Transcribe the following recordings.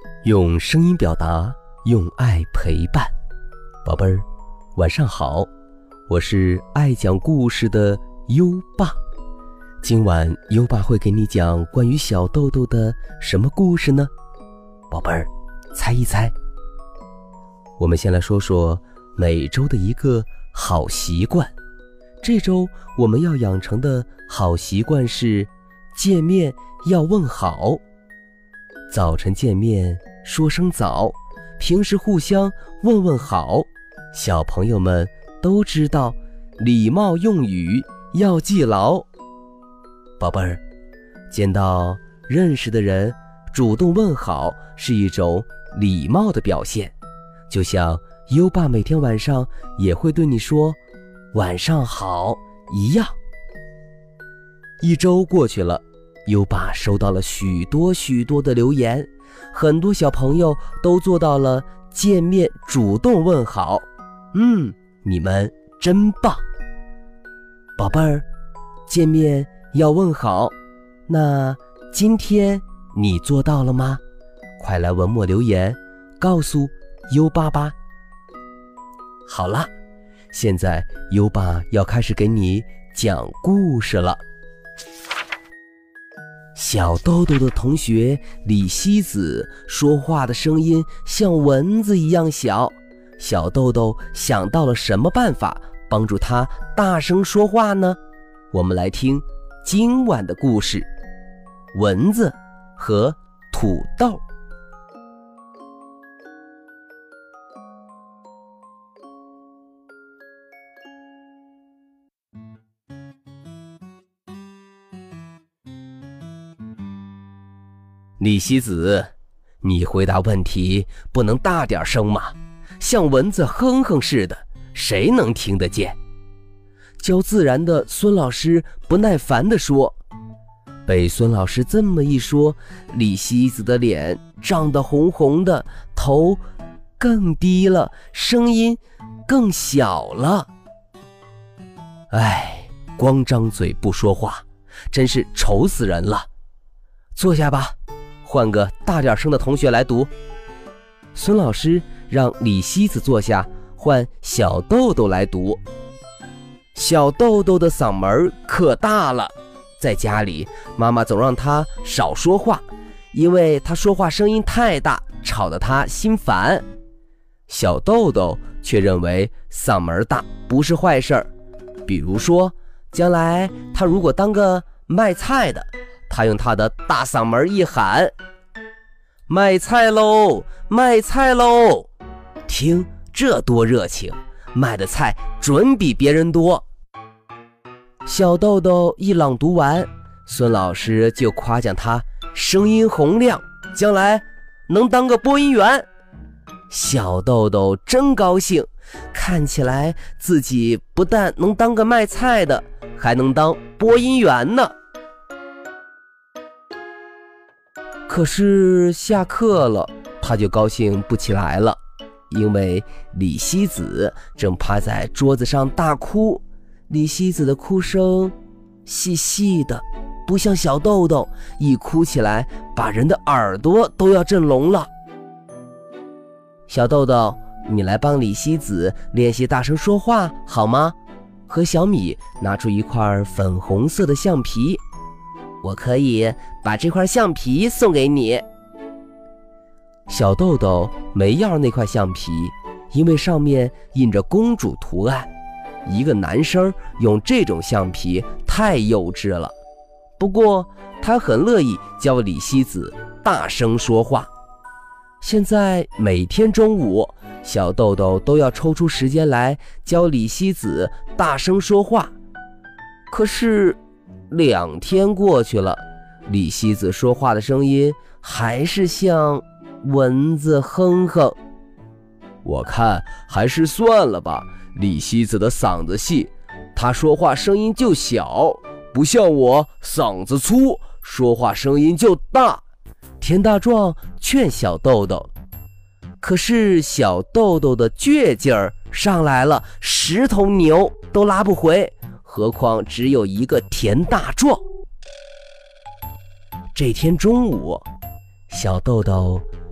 用声音表达，用爱陪伴。宝贝儿，晚上好，我是爱讲故事的优爸。今晚优爸会给你讲关于小豆豆的什么故事呢？宝贝儿，猜一猜。我们先来说说每周的一个好习惯。这周我们要养成的好习惯是见面要问好。早晨见面说声早，平时互相问问好。小朋友们都知道，礼貌用语要记牢。宝贝儿，见到认识的人主动问好是一种礼貌的表现，就像优爸每天晚上也会对你说晚上好一样。一周过去了，优爸收到了许多的留言，很多小朋友都做到了见面主动问好。你们真棒。宝贝儿，见面要问好，那今天你做到了吗？快来文末留言告诉优爸吧。好了，现在优爸要开始给你讲故事了。小豆豆的同学李希子说话的声音像蚊子一样小，小豆豆想到了什么办法帮助他大声说话呢？我们来听今晚的故事，蚊子和土豆。李希子，你回答问题不能大点声吗？像蚊子哼哼似的，谁能听得见？教自然的孙老师不耐烦地说。被孙老师这么一说，李希子的脸涨得红红的，头更低了，声音更小了。光张嘴不说话，真是愁死人了。坐下吧，换个大点声的同学来读。孙老师让李希子坐下，换小豆豆来读。小豆豆的嗓门可大了，在家里妈妈总让他少说话，因为他说话声音太大，吵得他心烦。小豆豆却认为嗓门大不是坏事儿，比如说将来他如果当个卖菜的，他用他的大嗓门一喊，卖菜喽，卖菜喽！听，这多热情，卖的菜准比别人多。小豆豆一朗读完，孙老师就夸奖他声音洪亮，将来能当个播音员。小豆豆真高兴，看起来自己不但能当个卖菜的，还能当播音员呢。可是下课了，他就高兴不起来了，因为李希子正趴在桌子上大哭。李希子的哭声细细的，不像小豆豆一哭起来把人的耳朵都要震聋了。小豆豆，你来帮李希子练习大声说话好吗？和小米拿出一块粉红色的橡皮，我可以把这块橡皮送给你。小豆豆没要那块橡皮，因为上面印着公主图案，一个男生用这种橡皮太幼稚了。不过他很乐意教李希子大声说话。现在每天中午，小豆豆都要抽出时间来教李希子大声说话。可是2天过去了，李希子说话的声音还是像蚊子哼哼。我看还是算了吧，李希子的嗓子细，她说话声音就小，不像我嗓子粗，说话声音就大。田大壮劝小豆豆，可是小豆豆的倔劲儿上来了，10头牛都拉不回，何况只有一个田大壮。这天中午，小豆豆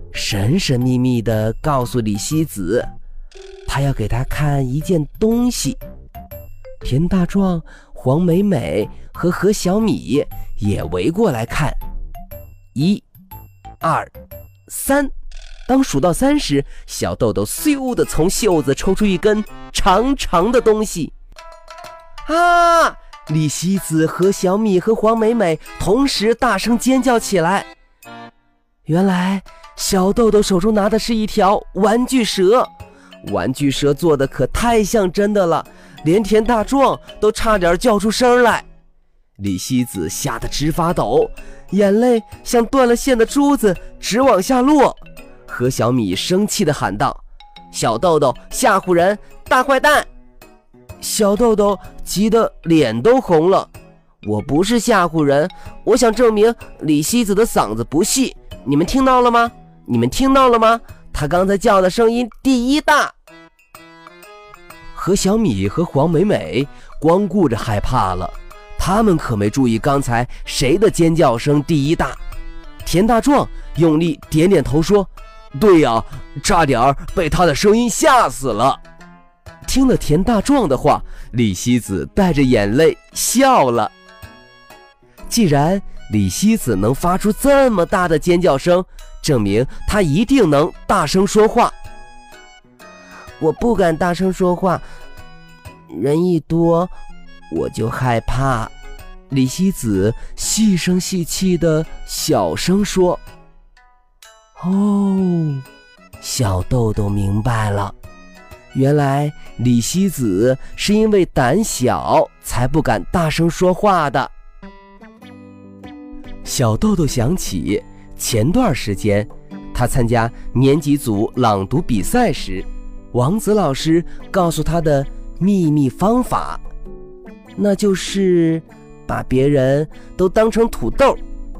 神神秘秘地告诉李希子，他要给他看一件东西。田大壮、黄美美和何小米也围过来看。1、2、3，当数到3时，小豆豆嗖地从袖子抽出一根长长的东西。啊！李希子、何小米和黄美美同时大声尖叫起来。原来小豆豆手中拿的是一条玩具蛇，玩具蛇做的可太像真的了，连田大壮都差点叫出声来。李希子吓得直发抖，眼泪像断了线的珠子直往下落。何小米生气地喊道：小豆豆吓唬人，大坏蛋！小豆豆急得脸都红了。我不是吓唬人，我想证明李希子的嗓子不细。你们听到了吗？你们听到了吗？他刚才叫的声音第一大。何小米和黄美美光顾着害怕了，他们可没注意刚才谁的尖叫声第一大。田大壮用力点点头说：对呀，差点被他的声音吓死了。听了田大壮的话，李希子带着眼泪笑了。既然李希子能发出这么大的尖叫声，证明他一定能大声说话。我不敢大声说话，人一多我就害怕。李希子细声细气的小声说。哦，小豆豆明白了，原来李希子是因为胆小才不敢大声说话的。小豆豆想起前段时间他参加年级组朗读比赛时，王子老师告诉他的秘密方法，那就是把别人都当成土豆。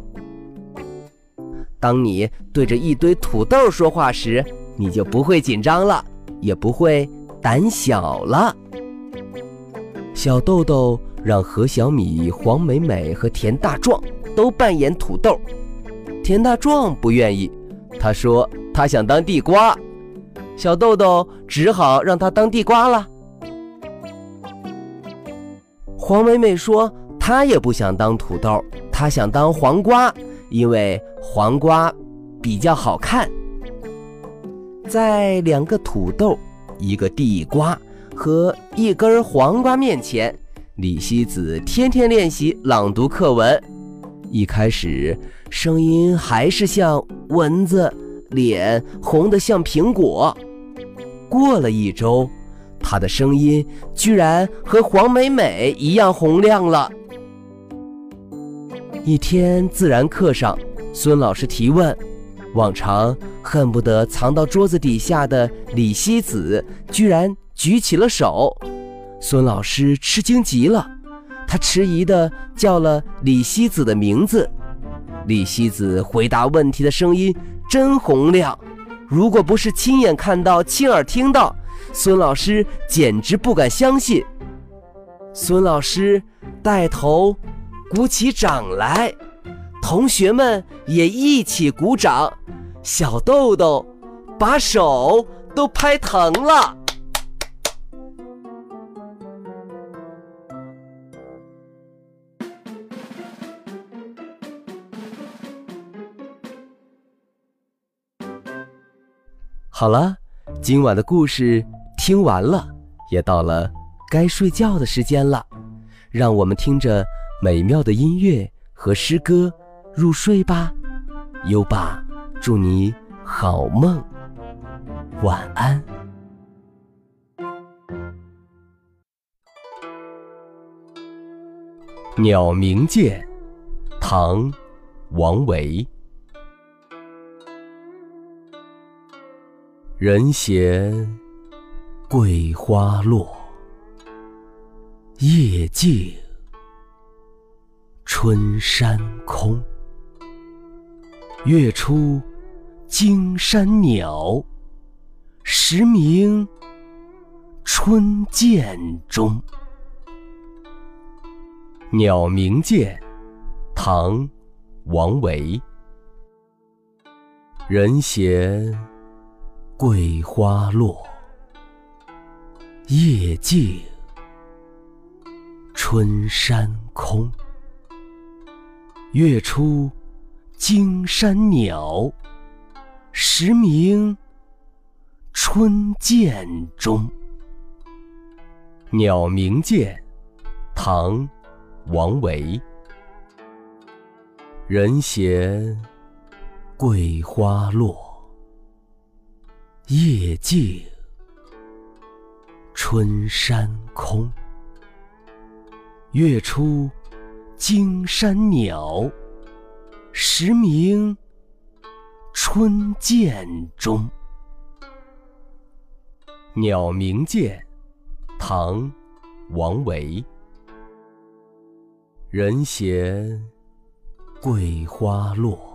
当你对着一堆土豆说话时，你就不会紧张了，也不会胆小了。小豆豆让何小米、黄美美和田大壮都扮演土豆。田大壮不愿意，他说他想当地瓜。小豆豆只好让他当地瓜了。黄美美说她也不想当土豆，她想当黄瓜，因为黄瓜比较好看。在2个土豆、1个地瓜和1根黄瓜面前，李希子天天练习朗读课文。一开始声音还是像蚊子，脸红得像苹果。过了1周，她的声音居然和黄美美一样洪亮了。一天自然课上，孙老师提问，往常恨不得藏到桌子底下的李希子居然举起了手。孙老师吃惊极了，他迟疑地叫了李希子的名字。李希子回答问题的声音真洪亮，如果不是亲眼看到、亲耳听到，孙老师简直不敢相信。孙老师带头鼓起掌来，同学们也一起鼓掌，小豆豆把手都拍疼了。好了，今晚的故事听完了，也到了该睡觉的时间了。让我们听着美妙的音乐和诗歌入睡吧。优爸祝你好梦，晚安。鸟鸣涧，唐·王维。人闲桂花落，夜静春山空。月出惊山鸟，时鸣春涧中。鸟鸣涧，唐·王维。 人闲桂花落，夜静春山空。月出惊山鸟，时鸣春涧中。鸟鸣涧，唐·王维。人闲桂花落，夜静春山空。月出惊山鸟，时鸣春涧中。鸟鸣涧，唐·王维。人闲桂花落，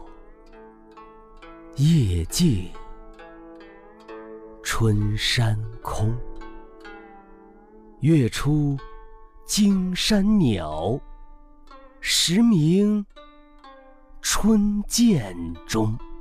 夜静春山空。月出惊山鸟，时鸣春涧中。